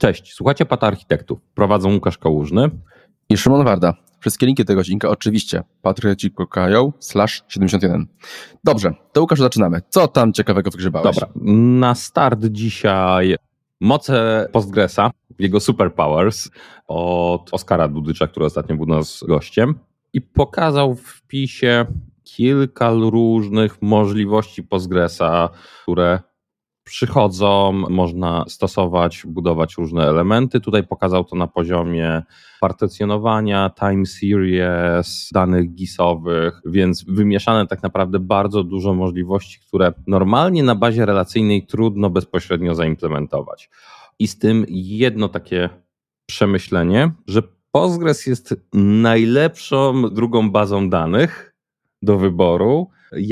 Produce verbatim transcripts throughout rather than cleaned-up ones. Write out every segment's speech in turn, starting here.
Cześć, słuchacie Pata Architektów. Prowadzą Łukasz Kałużny i Szymon Warda. Wszystkie linki tego odcinka oczywiście patriotик.io slash siedemdziesiąt jeden. Dobrze, to Łukasz, zaczynamy. Co tam ciekawego wygrzebałeś? Dobra, na start dzisiaj moce Postgresa, jego superpowers od Oskara Dudycza, który ostatnio był nas gościem i pokazał w wpisie kilka różnych możliwości Postgresa, które przychodzą, można stosować, budować różne elementy. Tutaj pokazał to na poziomie partycjonowania, time series, danych gisowych, więc wymieszane tak naprawdę bardzo dużo możliwości, które normalnie na bazie relacyjnej trudno bezpośrednio zaimplementować. I z tym jedno takie przemyślenie, że Postgres jest najlepszą drugą bazą danych do wyboru,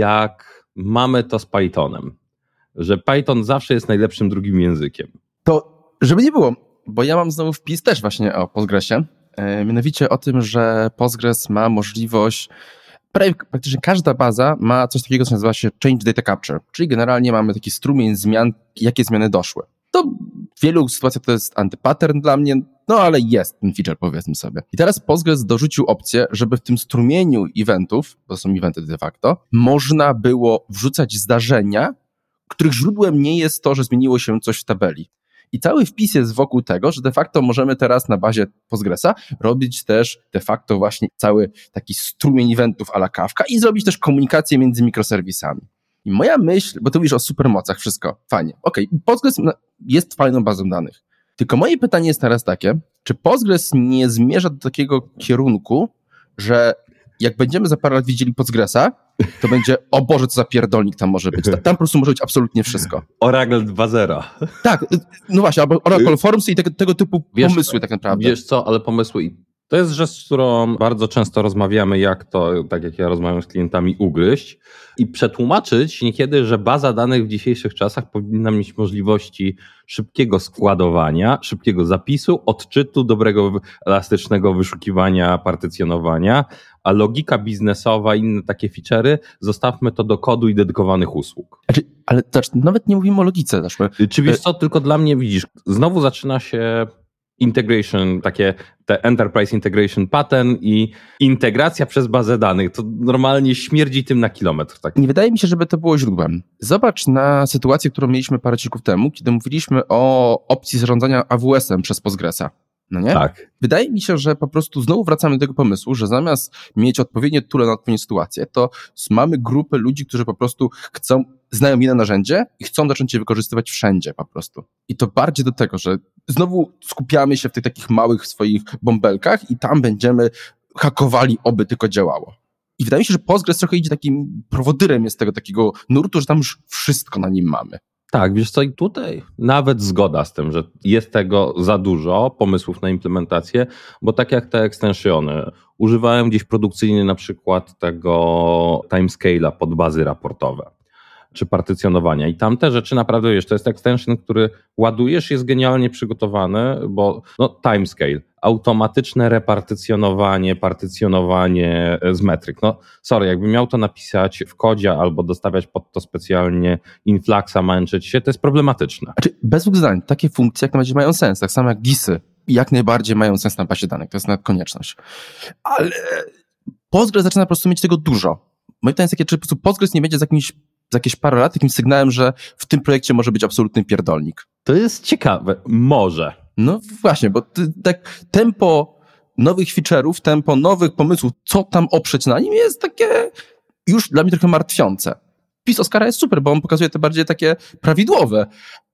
jak mamy to z Pythonem. Że Python zawsze jest najlepszym drugim językiem. To żeby nie było, bo ja mam znowu wpis też właśnie o Postgresie, e, mianowicie o tym, że Postgres ma możliwość, prawie praktycznie każda baza ma coś takiego, co nazywa się Change Data Capture, czyli generalnie mamy taki strumień zmian, jakie zmiany doszły. To w wielu sytuacjach to jest antypattern dla mnie, no ale jest ten feature, powiedzmy sobie. I teraz Postgres dorzucił opcję, żeby w tym strumieniu eventów, to są eventy de facto, można było wrzucać zdarzenia, których źródłem nie jest to, że zmieniło się coś w tabeli. I cały wpis jest wokół tego, że de facto możemy teraz na bazie Postgresa robić też de facto właśnie cały taki strumień eventów a la Kafka i zrobić też komunikację między mikroserwisami. I moja myśl, bo ty mówisz o supermocach, wszystko, fajnie. Okej, okay, Postgres jest fajną bazą danych. Tylko moje pytanie jest teraz takie, czy Postgres nie zmierza do takiego kierunku, że jak będziemy za parę lat widzieli Postgresa, to będzie, o Boże, co za pierdolnik tam może być. Tam po prostu może być absolutnie wszystko. Oracle dwa zero. Tak, no właśnie, albo Oracle Forms i tego, tego typu wiesz, pomysły tak naprawdę. Wiesz co, ale pomysły i to jest rzecz, z którą bardzo często rozmawiamy, jak to, tak jak ja rozmawiam z klientami, ugryźć i przetłumaczyć niekiedy, że baza danych w dzisiejszych czasach powinna mieć możliwości szybkiego składowania, szybkiego zapisu, odczytu, dobrego, elastycznego wyszukiwania, partycjonowania, a logika biznesowa i inne takie feature'y, zostawmy to do kodu i dedykowanych usług. Znaczy, ale zacz, nawet nie mówimy o logice. Zacznę. Czy wiesz co, tylko dla mnie widzisz, znowu zaczyna się integration, takie te enterprise integration pattern i integracja przez bazę danych. To normalnie śmierdzi tym na kilometr. Tak? Nie wydaje mi się, żeby to było źródłem. Zobacz na sytuację, którą mieliśmy parę odcinków temu, kiedy mówiliśmy o opcji zarządzania A W S-em przez Postgresa. No nie? Tak. Wydaje mi się, że po prostu znowu wracamy do tego pomysłu, że zamiast mieć odpowiednie toole na odpowiednie sytuacje, to mamy grupę ludzi, którzy po prostu chcą, znają jedno narzędzie i chcą zacząć je wykorzystywać wszędzie po prostu. I to bardziej do tego, że znowu skupiamy się w tych takich małych swoich bąbelkach i tam będziemy hakowali, oby tylko działało. I wydaje mi się, że Postgres trochę idzie takim prowodyrem jest tego takiego nurtu, że tam już wszystko na nim mamy. Tak, wiesz co, i tutaj nawet zgoda z tym, że jest tego za dużo pomysłów na implementację, bo tak jak te extensiony, używałem gdzieś produkcyjnie na przykład tego timescale'a pod bazy raportowe, czy partycjonowania i tam te rzeczy naprawdę, wiesz, to jest extension, który ładujesz, jest genialnie przygotowany, bo no timescale, automatyczne repartycjonowanie, partycjonowanie z metryk. No sorry, jakbym miał to napisać w kodzie albo dostawiać pod to specjalnie Influxa, męczyć się, to jest problematyczne. Znaczy, bez dwóch zdań, takie funkcje jak najbardziej mają sens, tak samo jak gisy, jak najbardziej mają sens na bazie danych, to jest nawet konieczność. Ale Postgres zaczyna po prostu mieć tego dużo. Moje pytanie jest takie, czy po prostu Postgres nie będzie za jakimś za jakieś parę lat takim sygnałem, że w tym projekcie może być absolutny pierdolnik. To jest ciekawe. Może. No właśnie, bo ty, tak tempo nowych feature'ów, tempo nowych pomysłów, co tam oprzeć na nim jest takie już dla mnie trochę martwiące. Wpis Oskara jest super, bo on pokazuje te bardziej takie prawidłowe,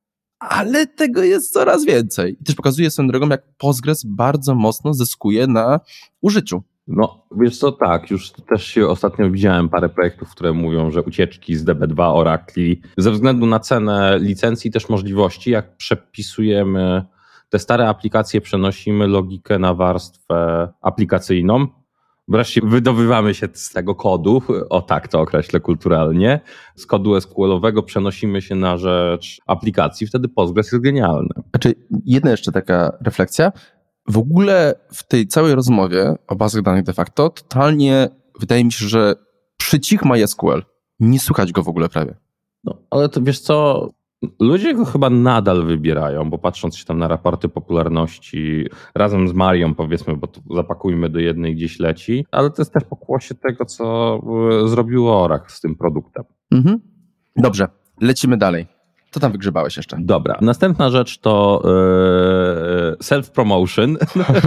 ale tego jest coraz więcej. I też pokazuje swoją drogą, jak Postgres bardzo mocno zyskuje na użyciu. No, wiesz co, tak, już też się ostatnio widziałem parę projektów, które mówią, że ucieczki z D B dwa, Oracli, ze względu na cenę licencji też możliwości, jak przepisujemy te stare aplikacje, przenosimy logikę na warstwę aplikacyjną, wreszcie wydobywamy się z tego kodu, o tak to określę kulturalnie, z kodu S Q L-owego przenosimy się na rzecz aplikacji, wtedy Postgres jest genialny. Znaczy, jedna jeszcze taka refleksja, w ogóle w tej całej rozmowie o bazach danych de facto totalnie wydaje mi się, że przycichł MySQL. Nie słychać go w ogóle prawie. No, ale to wiesz co, Ludzie go chyba nadal wybierają, bo patrząc się tam na raporty popularności, razem z Marią powiedzmy, bo to zapakujmy do jednej gdzieś leci, ale to jest też pokłosie tego, co zrobił Orach z tym produktem. Mhm. Dobrze, lecimy dalej. Co tam wygrzebałeś jeszcze? Dobra, następna rzecz to yy, self-promotion.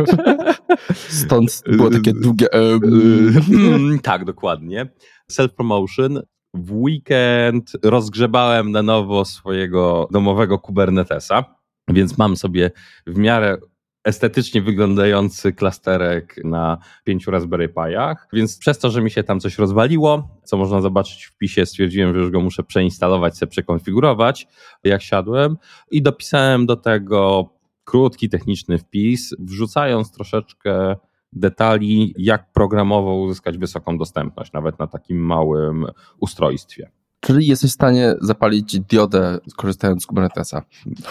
Stąd było takie długie... Um. Tak, dokładnie. Self-promotion. W weekend rozgrzebałem na nowo swojego domowego Kubernetesa, więc mam sobie w miarę estetycznie wyglądający klasterek na pięciu Raspberry Pi'ach, więc przez to, że mi się tam coś rozwaliło, co można zobaczyć w wpisie, stwierdziłem, że już go muszę przeinstalować, sobie przekonfigurować, jak siadłem i dopisałem do tego krótki, techniczny wpis, wrzucając troszeczkę detali, jak programowo uzyskać wysoką dostępność, nawet na takim małym ustrojstwie. Czyli jesteś w stanie zapalić diodę, korzystając z Kubernetesa.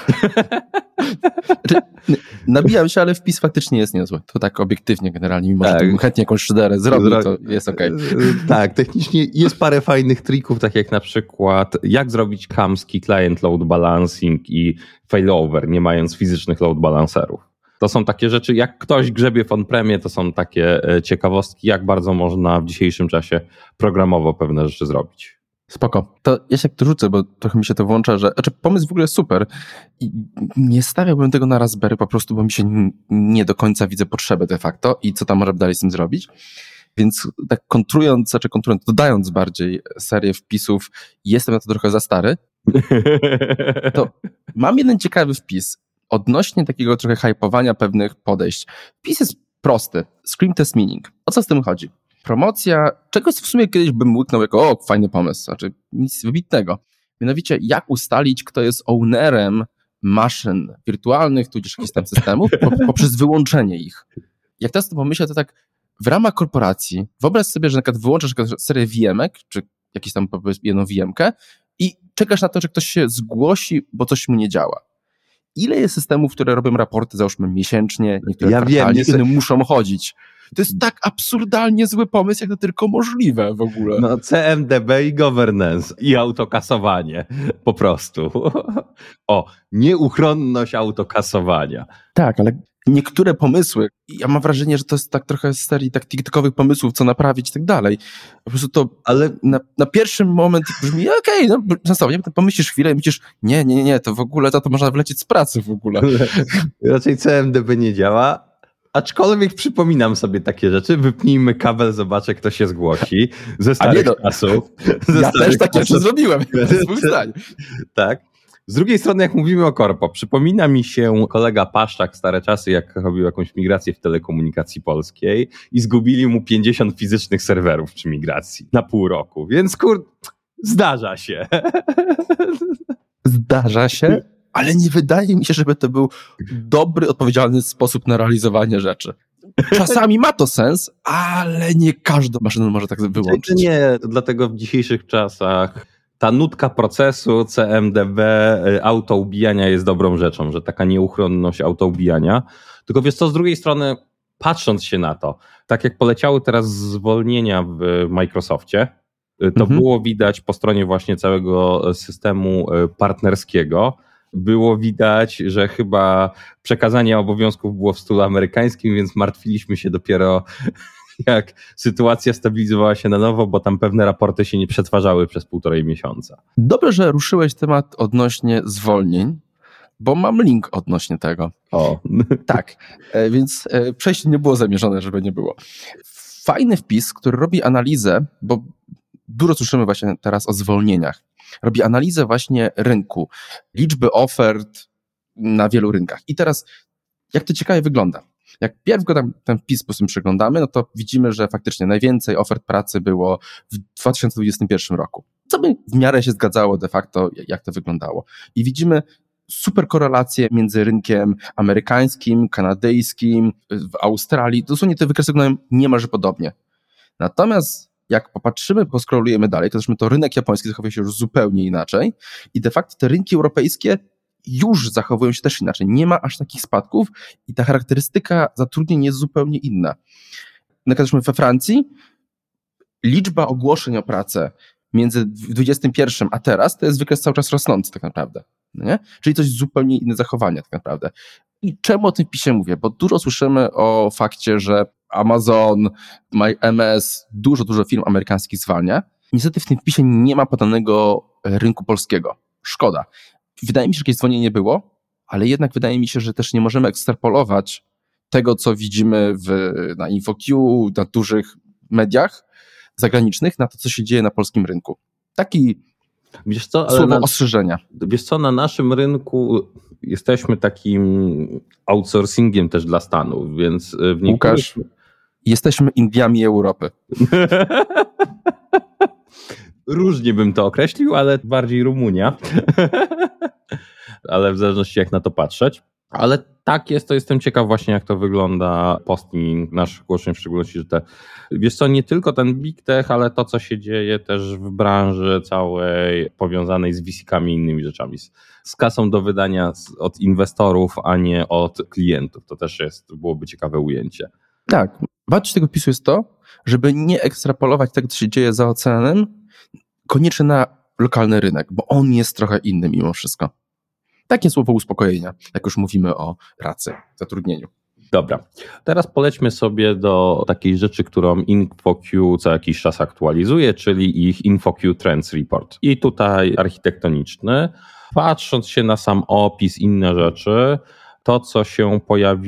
Nabijam się, ale wpis faktycznie jest niezły. To tak obiektywnie generalnie, mimo tak. że to chętnie jakąś szyderę zrobił, to jest okej. Okay. Tak, technicznie jest parę fajnych trików, tak jak na przykład jak zrobić chamski client load balancing i failover, nie mając fizycznych load balancerów. To są takie rzeczy, jak ktoś grzebie w on-premie, to są takie ciekawostki, jak bardzo można w dzisiejszym czasie programowo pewne rzeczy zrobić. Spoko. To ja się tu rzucę, bo trochę mi się to włącza, że znaczy pomysł w ogóle jest super i nie stawiałbym tego na Raspberry po prostu, bo mi się nie do końca widzę potrzeby de facto i co tam można dalej z tym zrobić. Więc tak kontrując, znaczy kontrując, dodając bardziej serię wpisów, jestem na to trochę za stary, to mam jeden ciekawy wpis odnośnie takiego trochę hypowania pewnych podejść. Wpis jest prosty. Scream test meaning. O co z tym chodzi? Promocja czegoś, w sumie kiedyś bym łyknął jako, o, fajny pomysł, znaczy nic wybitnego. Mianowicie, jak ustalić, kto jest ownerem maszyn wirtualnych, tudzież jakichś tam systemów, poprzez wyłączenie ich. Jak teraz to pomyślę, to tak w ramach korporacji, wyobraź sobie, że na przykład wyłączasz serię V M ek, czy jakiś tam jedną V M kę i czekasz na to, że ktoś się zgłosi, bo coś mu nie działa. Ile jest systemów, które robią raporty, załóżmy miesięcznie, niektóre ja kwartalnie, wiem, nie muszą chodzić. To jest tak absurdalnie zły pomysł, jak to tylko możliwe w ogóle. No C M D B i governance i autokasowanie po prostu. O, nieuchronność autokasowania. Tak, ale niektóre pomysły, ja mam wrażenie, że to jest tak trochę z serii tak TikTokowych pomysłów, co naprawić i tak dalej. Po prostu to, ale na, na pierwszy moment brzmi, okej, okay, no sensownie, potem pomyślisz chwilę i myślisz, nie, nie, nie, to w ogóle to, to można wlecieć z pracy w ogóle. Raczej C M D B nie działa. Aczkolwiek przypominam sobie takie rzeczy, wypnijmy kabel, zobaczę, kto się zgłosi ze starych do... czasów. Ze ja starych też takie rzeczy zrobiłem. Tak. Z drugiej strony, jak mówimy o korpo, przypomina mi się kolega Paszczak, stare czasy, jak robił jakąś migrację w telekomunikacji polskiej i zgubili mu pięćdziesiąt fizycznych serwerów przy migracji na pół roku, więc kur... zdarza się. Zdarza się? Ale nie wydaje mi się, żeby to był dobry, odpowiedzialny sposób na realizowanie rzeczy. Czasami ma to sens, ale nie każda maszyna może tak wyłączyć. Nie, dlatego w dzisiejszych czasach ta nutka procesu C M D B, autoubijania jest dobrą rzeczą, że taka nieuchronność autoubijania. Tylko wiesz co, z drugiej strony, patrząc się na to, tak jak poleciały teraz zwolnienia w Microsoftie, to mhm. było widać po stronie właśnie całego systemu partnerskiego, było widać, że chyba przekazanie obowiązków było w stylu amerykańskim, więc martwiliśmy się dopiero jak sytuacja stabilizowała się na nowo, bo tam pewne raporty się nie przetwarzały przez półtorej miesiąca. Dobrze, że ruszyłeś temat odnośnie zwolnień, bo mam link odnośnie tego. O. Tak, więc przejście nie było zamierzone, żeby nie było. Fajny wpis, który robi analizę, bo dużo słyszymy właśnie teraz o zwolnieniach. Robi analizę właśnie rynku, liczby ofert na wielu rynkach. I teraz, jak to ciekawie wygląda? Jak pierw go tam, ten wpis po prostu przeglądamy, no to widzimy, że faktycznie najwięcej ofert pracy było w dwa tysiące dwudziestym pierwszym roku. Co by w miarę się zgadzało de facto, jak to wyglądało. I widzimy super korelacje między rynkiem amerykańskim, kanadyjskim, w Australii. Dosłownie te wykresy wyglądają niemalże podobnie. Natomiast jak popatrzymy, poskrolujemy dalej, to zresztą to rynek japoński zachowuje się już zupełnie inaczej i de facto te rynki europejskie już zachowują się też inaczej. Nie ma aż takich spadków i ta charakterystyka zatrudnień jest zupełnie inna. Na przykład we Francji liczba ogłoszeń o pracę między dwudziestym pierwszym a teraz, to jest wykres cały czas rosnący tak naprawdę. No nie? Czyli coś zupełnie inne zachowania tak naprawdę. I czemu o tym wpisie mówię? Bo dużo słyszymy o fakcie, że Amazon, M S, dużo, dużo firm amerykańskich zwalnia. Niestety w tym wpisie nie ma podanego rynku polskiego. Szkoda. Wydaje mi się, że jakieś zwolnienie było, ale jednak wydaje mi się, że też nie możemy ekstrapolować tego, co widzimy w, na InfoQ, na dużych mediach zagranicznych, na to, co się dzieje na polskim rynku. Taki wiesz co, ale słowo na, ostrzeżenia. Wiesz co, na naszym rynku jesteśmy takim outsourcingiem też dla Stanów, więc w niektórych... Łukasz, jesteśmy Indiami Europy. Różnie bym to określił, ale bardziej Rumunia. Ale w zależności jak na to patrzeć. Ale tak jest, to jestem ciekaw właśnie jak to wygląda posting naszych ogłoszeń, w szczególności, że te, wiesz co, nie tylko ten big tech, ale to co się dzieje też w branży całej powiązanej z V C-kami i innymi rzeczami. Z, z kasą do wydania z, od inwestorów, a nie od klientów. To też jest, byłoby ciekawe ujęcie. Tak, wartość tego wpisu jest to, żeby nie ekstrapolować tego, co się dzieje za oceanem, koniecznie na lokalny rynek, bo on jest trochę inny mimo wszystko. Takie słowo uspokojenia, jak już mówimy o pracy, zatrudnieniu. Dobra, teraz polećmy sobie do takiej rzeczy, którą InfoQ co jakiś czas aktualizuje, czyli ich InfoQ Trends Report. I tutaj architektoniczny. Patrząc się na sam opis, inne rzeczy, to co się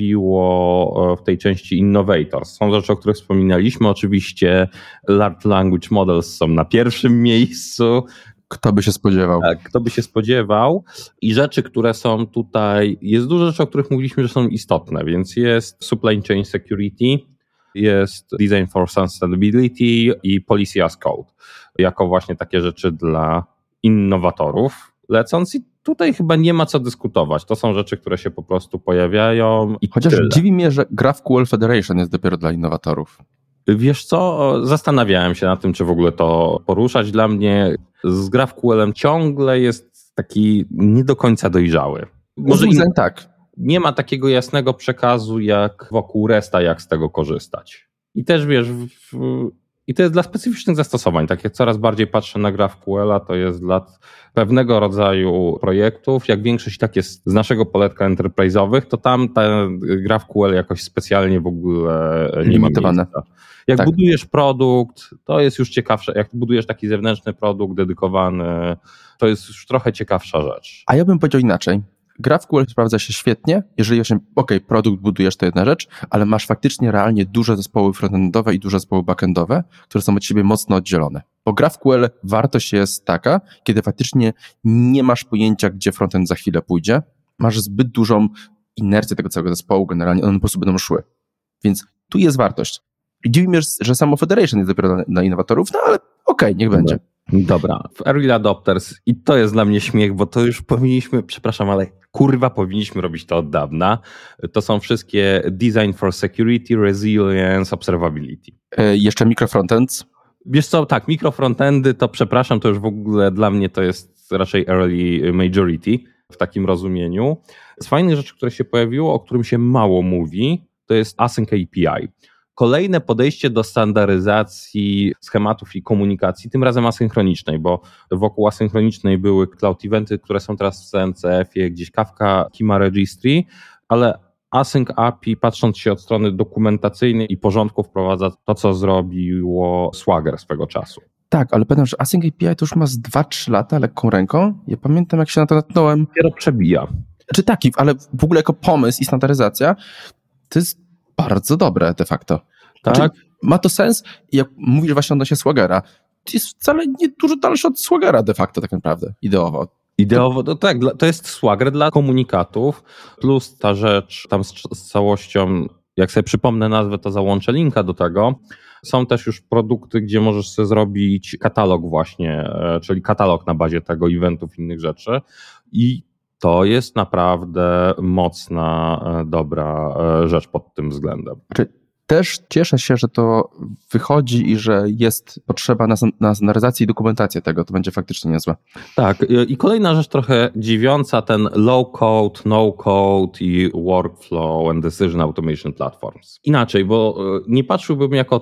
pojawiło w tej części Innovators. Są rzeczy, o których wspominaliśmy. Oczywiście Large Language Models są na pierwszym miejscu. Kto by się spodziewał? Tak, kto by się spodziewał. I rzeczy, które są tutaj, jest dużo rzeczy, o których mówiliśmy, że są istotne, więc jest Supply Chain Security, jest Design for Sustainability i Policy as Code, jako właśnie takie rzeczy dla innowatorów lecąc. I tutaj chyba nie ma co dyskutować. To są rzeczy, które się po prostu pojawiają i Chociaż tyle. Dziwi mnie, że GraphQL Federation jest dopiero dla innowatorów. Wiesz co, zastanawiałem się nad tym, czy w ogóle to poruszać. Dla mnie z GraphQL-em ciągle jest taki nie do końca dojrzały. Może in... tak. Nie ma takiego jasnego przekazu jak wokół Resta, jak z tego korzystać. I też wiesz, w, i to jest dla specyficznych zastosowań. Tak jak coraz bardziej patrzę na GraphQL-a, to jest dla pewnego rodzaju projektów. Jak większość tak jest z naszego poletka enterprise'owych, to tam ten GraphQL jakoś specjalnie w ogóle nie ma miejsca. Jak tak. budujesz produkt, to jest już ciekawsze. Jak budujesz taki zewnętrzny produkt dedykowany, to jest już trochę ciekawsza rzecz. A ja bym powiedział inaczej. GraphQL sprawdza się świetnie, jeżeli właśnie, ok, produkt budujesz, to jedna rzecz, ale masz faktycznie realnie duże zespoły frontendowe i duże zespoły backendowe, które są od siebie mocno oddzielone. Bo GraphQL wartość jest taka, kiedy faktycznie nie masz pojęcia, gdzie frontend za chwilę pójdzie, masz zbyt dużą inercję tego całego zespołu, generalnie one po prostu będą szły. Więc tu jest wartość. I dziwi mnie, że samo Federation jest dopiero dla, dla innowatorów, no ale okej, okay, niech będzie. Dobra, w Early Adopters i to jest dla mnie śmiech, bo to już powinniśmy, przepraszam, ale kurwa powinniśmy robić to od dawna. To są wszystkie Design for Security, Resilience, Observability. E, jeszcze microfrontends? Wiesz co, tak, mikrofrontendy to przepraszam, to już w ogóle dla mnie to jest raczej early majority w takim rozumieniu. Z fajnych rzeczy, które się pojawiło, o którym się mało mówi, to jest Async A P I. Kolejne podejście do standaryzacji schematów i komunikacji, tym razem asynchronicznej, bo wokół asynchronicznej były cloud eventy, które są teraz w C N C F-ie, gdzieś Kafka, Schema Registry, ale Async A P I, patrząc się od strony dokumentacyjnej i porządku, wprowadza to, co zrobiło Swagger swego czasu. Tak, ale pamiętam, że Async A P I to już ma z dwa trzy lata lekką ręką. Ja pamiętam, jak się na to natknąłem. Dopiero przebija. Czy taki, ale w ogóle jako pomysł i standaryzacja, to jest bardzo dobre de facto. Tak. Czyli ma to sens? I jak mówisz właśnie odnośnie Swaggera, to jest wcale nie dużo dalsze od Swaggera de facto tak naprawdę, ideowo. Ideowo, to tak, to jest Swagger dla komunikatów, plus ta rzecz tam z, z całością, jak sobie przypomnę nazwę, to załączę linka do tego. Są też już produkty, gdzie możesz sobie zrobić katalog właśnie, czyli katalog na bazie tego, eventów, innych rzeczy i to jest naprawdę mocna, dobra rzecz pod tym względem. Znaczy, też cieszę się, że to wychodzi i że jest potrzeba na, na standaryzację i dokumentację tego. To będzie faktycznie niezłe. Tak. I kolejna rzecz trochę dziwiąca, ten low code, no code i workflow and decision automation platforms. Inaczej, bo nie patrzyłbym jako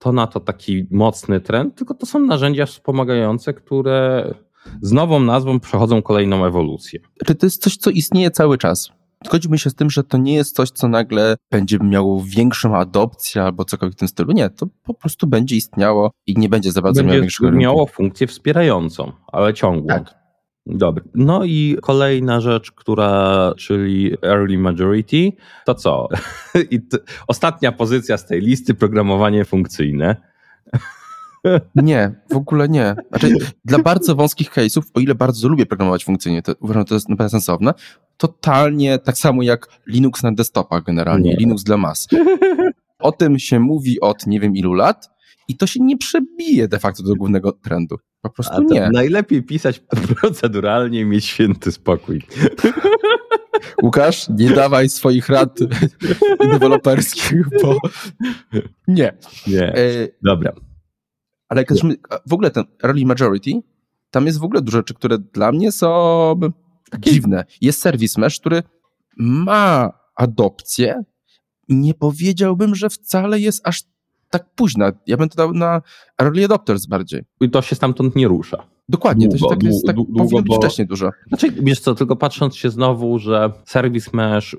to na to taki mocny trend, tylko to są narzędzia wspomagające, które z nową nazwą przechodzą kolejną ewolucję. Czy to jest coś, co istnieje cały czas? Zgodzimy się z tym, że to nie jest coś, co nagle będzie miało większą adopcję albo cokolwiek w tym stylu. Nie, to po prostu będzie istniało i nie będzie za bardzo miało większego rynku. Będzie miało funkcję wspierającą, ale ciągłą. Tak. Dobra. No i kolejna rzecz, która, czyli early majority, to co? I t- ostatnia pozycja z tej listy, programowanie funkcyjne. Nie, w ogóle nie. Znaczy, dla bardzo wąskich case'ów, o ile bardzo lubię programować funkcyjnie, to uważam, że to jest naprawdę sensowne, totalnie tak samo jak Linux na desktopach generalnie, nie. Linux dla mas. O tym się mówi od nie wiem ilu lat i to się nie przebije de facto do głównego trendu. Po prostu A nie. Najlepiej pisać proceduralnie i mieć święty spokój. Łukasz, nie dawaj swoich rad deweloperskich, bo nie. Nie, e... dobra. Ale w ogóle ten early majority, tam jest w ogóle dużo rzeczy, które dla mnie są dziwne. Jest Service Mesh, który ma adopcję i nie powiedziałbym, że wcale jest aż tak późna. Ja bym to dał na early adopters bardziej. I to się stamtąd nie rusza. Dokładnie, długo, to się tak, jest, tak długo, powinno być bo... wcześniej dużo. Znaczy, wiesz co, tylko patrząc się znowu, że Service Mesh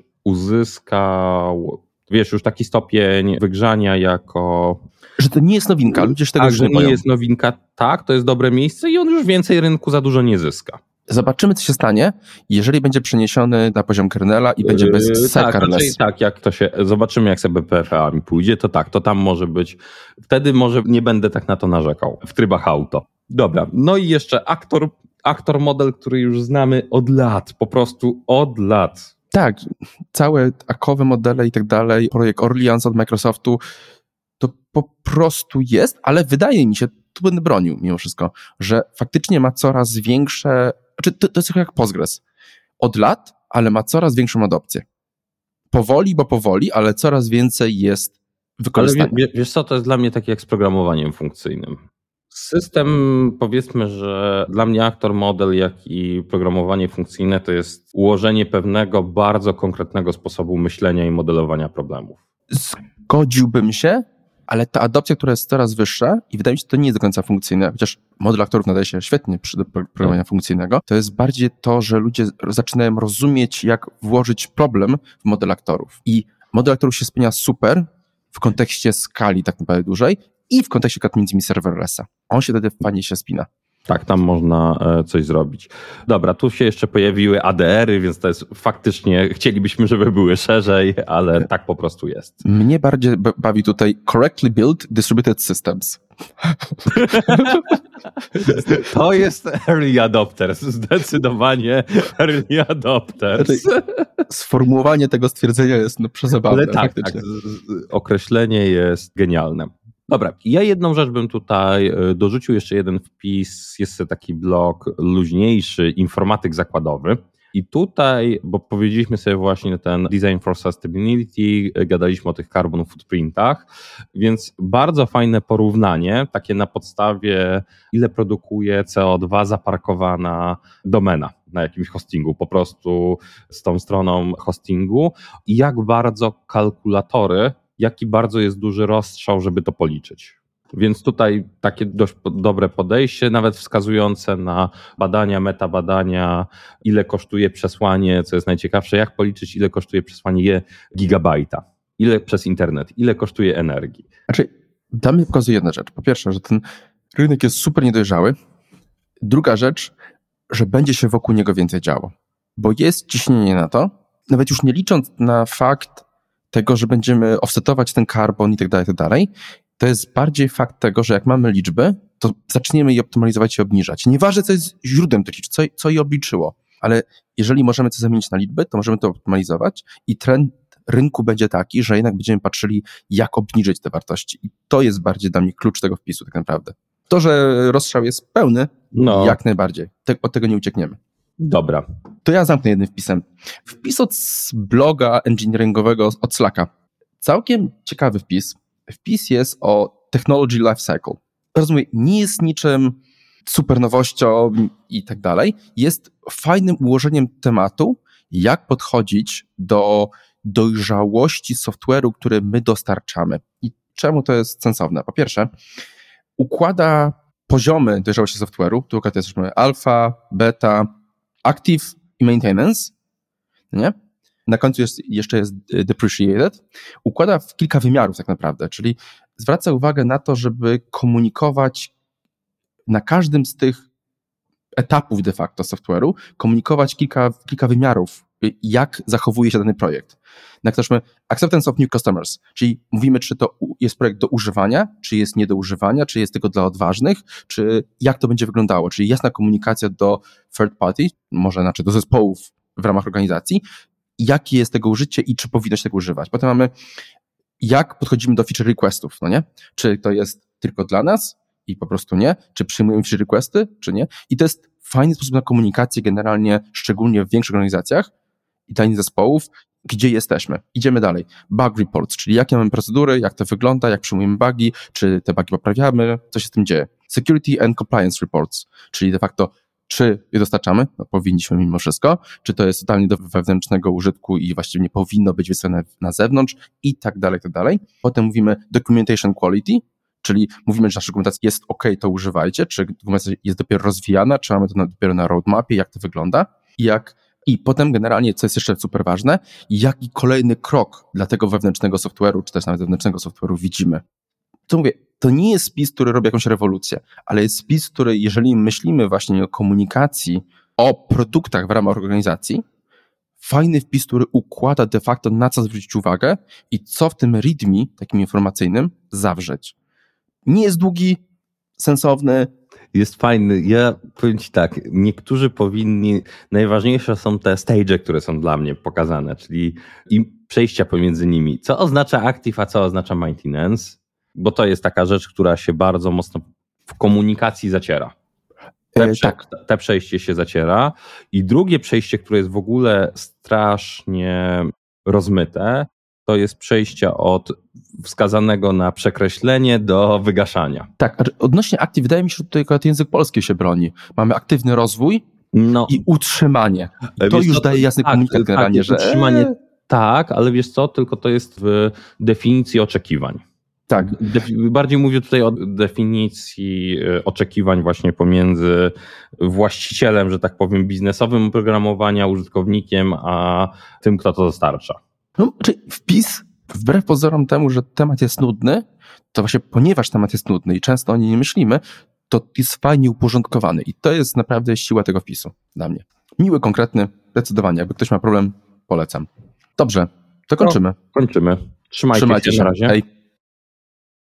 uzyskał, wiesz, już taki stopień wygrzania jako... Że to nie jest nowinka, ludzie się tego już nie boją. Nie jest nowinka, tak, to jest dobre miejsce i on już więcej rynku za dużo nie zyska. Zobaczymy, co się stanie, jeżeli będzie przeniesiony na poziom kernela i będzie bez yy, serverless. Tak, tak, jak to się, zobaczymy, jak sobie P F A-ami pójdzie, to tak, to tam może być, wtedy może nie będę tak na to narzekał, w trybach auto. Dobra, no i jeszcze aktor, aktor model, który już znamy od lat, po prostu od lat. Tak, całe akowe modele i tak dalej, projekt Orleans od Microsoftu, to po prostu jest, ale wydaje mi się, tu będę bronił mimo wszystko, że faktycznie ma coraz większe, znaczy to, to jest trochę jak Postgres. Od lat, ale ma coraz większą adopcję. Powoli, bo powoli, ale coraz więcej jest wykorzystania. Ale wiesz co, to jest dla mnie takie jak z programowaniem funkcyjnym. System, powiedzmy, że dla mnie aktor model, jak i programowanie funkcyjne to jest ułożenie pewnego bardzo konkretnego sposobu myślenia i modelowania problemów. Zgodziłbym się, ale ta adopcja, która jest coraz wyższa i wydaje mi się, że to nie jest do końca funkcyjne, chociaż model aktorów nadaje się świetnie przy programowaniu no. funkcyjnego, to jest bardziej to, że ludzie zaczynają rozumieć, jak włożyć problem w model aktorów. I model aktorów się spełnia super w kontekście skali tak naprawdę dużej i w kontekście między innymi serverlessa. On się wtedy fajnie się spina. Tak, tam można coś zrobić. Dobra, tu się jeszcze pojawiły A D R-y, więc to jest faktycznie, chcielibyśmy, żeby były szerzej, ale tak po prostu jest. Mnie bardziej bawi tutaj Correctly Built Distributed Systems. To jest early adopters, zdecydowanie early adopters. Sformułowanie tego stwierdzenia jest no przezabawne. Ale tak, tak, określenie jest genialne. Dobra, ja jedną rzecz bym tutaj dorzucił, jeszcze jeden wpis, jest taki blog luźniejszy, informatyk zakładowy. I tutaj, bo powiedzieliśmy sobie właśnie ten Design for Sustainability, gadaliśmy o tych carbon footprintach, więc bardzo fajne porównanie, takie na podstawie ile produkuje C O dwa zaparkowana domena na jakimś hostingu, po prostu z tą stroną hostingu i jak bardzo kalkulatory, jaki bardzo jest duży rozstrzał, żeby to policzyć. Więc tutaj takie dość dobre podejście, nawet wskazujące na badania, metabadania, ile kosztuje przesłanie, co jest najciekawsze, jak policzyć, ile kosztuje przesłanie gigabajta, ile przez internet, ile kosztuje energii. Znaczy, dla mnie pokazuje jedna rzecz. Po pierwsze, że ten rynek jest super niedojrzały. Druga rzecz, że będzie się wokół niego więcej działo, bo jest ciśnienie na to, nawet już nie licząc na fakt tego, że będziemy offsetować ten karbon i tak dalej, i tak dalej. To jest bardziej fakt tego, że jak mamy liczby, to zaczniemy je optymalizować i obniżać. Nieważne, co jest źródłem tych liczb, co, co je obliczyło, ale jeżeli możemy to zamienić na liczby, to możemy to optymalizować i trend rynku będzie taki, że jednak będziemy patrzyli, jak obniżyć te wartości. I to jest bardziej dla mnie klucz tego wpisu tak naprawdę. To, że rozstrzał jest pełny, no. jak najbardziej. Te, od tego nie uciekniemy. Dobra. To ja zamknę jednym wpisem. Wpis od bloga engineeringowego od Slacka. Całkiem ciekawy wpis. Wpis jest o technology life cycle. Rozumiem, nie jest niczym super nowością i tak dalej. Jest fajnym ułożeniem tematu, jak podchodzić do dojrzałości software'u, który my dostarczamy. I czemu to jest sensowne? Po pierwsze, układa poziomy dojrzałości software'u, tu akurat jesteśmy alfa, beta, active i maintenance, nie? Na końcu jest, jeszcze jest depreciated. Układa w kilka wymiarów tak naprawdę, czyli zwraca uwagę na to, żeby komunikować na każdym z tych etapów de facto software'u, komunikować kilka, kilka wymiarów, jak zachowuje się dany projekt. Na ktośmy acceptance of new customers, czyli mówimy, czy to jest projekt do używania, czy jest nie do używania, czy jest tylko dla odważnych, czy jak to będzie wyglądało, czyli jasna komunikacja do third party, może znaczy do zespołów w ramach organizacji, jakie jest tego użycie i czy powinno się tego używać. Potem mamy, jak podchodzimy do feature requestów, no nie? Czy to jest tylko dla nas i po prostu nie? Czy przyjmujemy feature requesty, czy nie? I to jest fajny sposób na komunikację generalnie, szczególnie w większych organizacjach i dla innych zespołów, gdzie jesteśmy. Idziemy dalej. Bug reports, czyli jakie mamy procedury, jak to wygląda, jak przyjmujemy bugi, czy te bugi poprawiamy, co się z tym dzieje. Security and compliance reports, czyli de facto czy je dostarczamy, no powinniśmy mimo wszystko, czy to jest totalnie do wewnętrznego użytku i właściwie nie powinno być wysłane na zewnątrz i tak dalej, tak dalej. Potem mówimy documentation quality, czyli mówimy, że nasza dokumentacja jest ok, to używajcie, czy dokumentacja jest dopiero rozwijana, czy mamy to na, dopiero na roadmapie, jak to wygląda i jak I potem generalnie, co jest jeszcze super ważne, jaki kolejny krok dla tego wewnętrznego software'u, czy też nawet wewnętrznego software'u widzimy. To mówię, to nie jest spis, który robi jakąś rewolucję, ale jest spis, który jeżeli myślimy właśnie o komunikacji, o produktach w ramach organizacji, fajny wpis, który układa de facto na co zwrócić uwagę i co w tym readme, takim informacyjnym, zawrzeć. Nie jest długi, sensowny. Jest fajny. Ja powiem ci tak, niektórzy powinni, najważniejsze są te stage, które są dla mnie pokazane, czyli i przejścia pomiędzy nimi. Co oznacza active, a co oznacza maintenance? Bo to jest taka rzecz, która się bardzo mocno w komunikacji zaciera. Te, prze, tak. te przejście się zaciera. I drugie przejście, które jest w ogóle strasznie rozmyte, to jest przejście od wskazanego na przekreślenie do wygaszania. Tak, odnośnie akcji wydaje mi się, że tutaj akurat język polski się broni. Mamy aktywny rozwój no, i utrzymanie. I to już co, daje jasny tak, komunikat tak, generalnie, tak, że... Utrzymanie tak, ale wiesz co, tylko to jest w definicji oczekiwań. Tak. Bardziej mówię tutaj o definicji oczekiwań właśnie pomiędzy właścicielem, że tak powiem, biznesowym oprogramowania, użytkownikiem, a tym, kto to dostarcza. No, czyli wpis, wbrew pozorom temu, że temat jest nudny, to właśnie ponieważ temat jest nudny i często o nim nie myślimy, to jest fajnie uporządkowany i to jest naprawdę siła tego wpisu dla mnie. Miły, konkretny, zdecydowanie. Jakby ktoś ma problem, polecam. Dobrze, to kończymy. No, kończymy. Trzymajcie, Trzymajcie się się. na razie. Hej.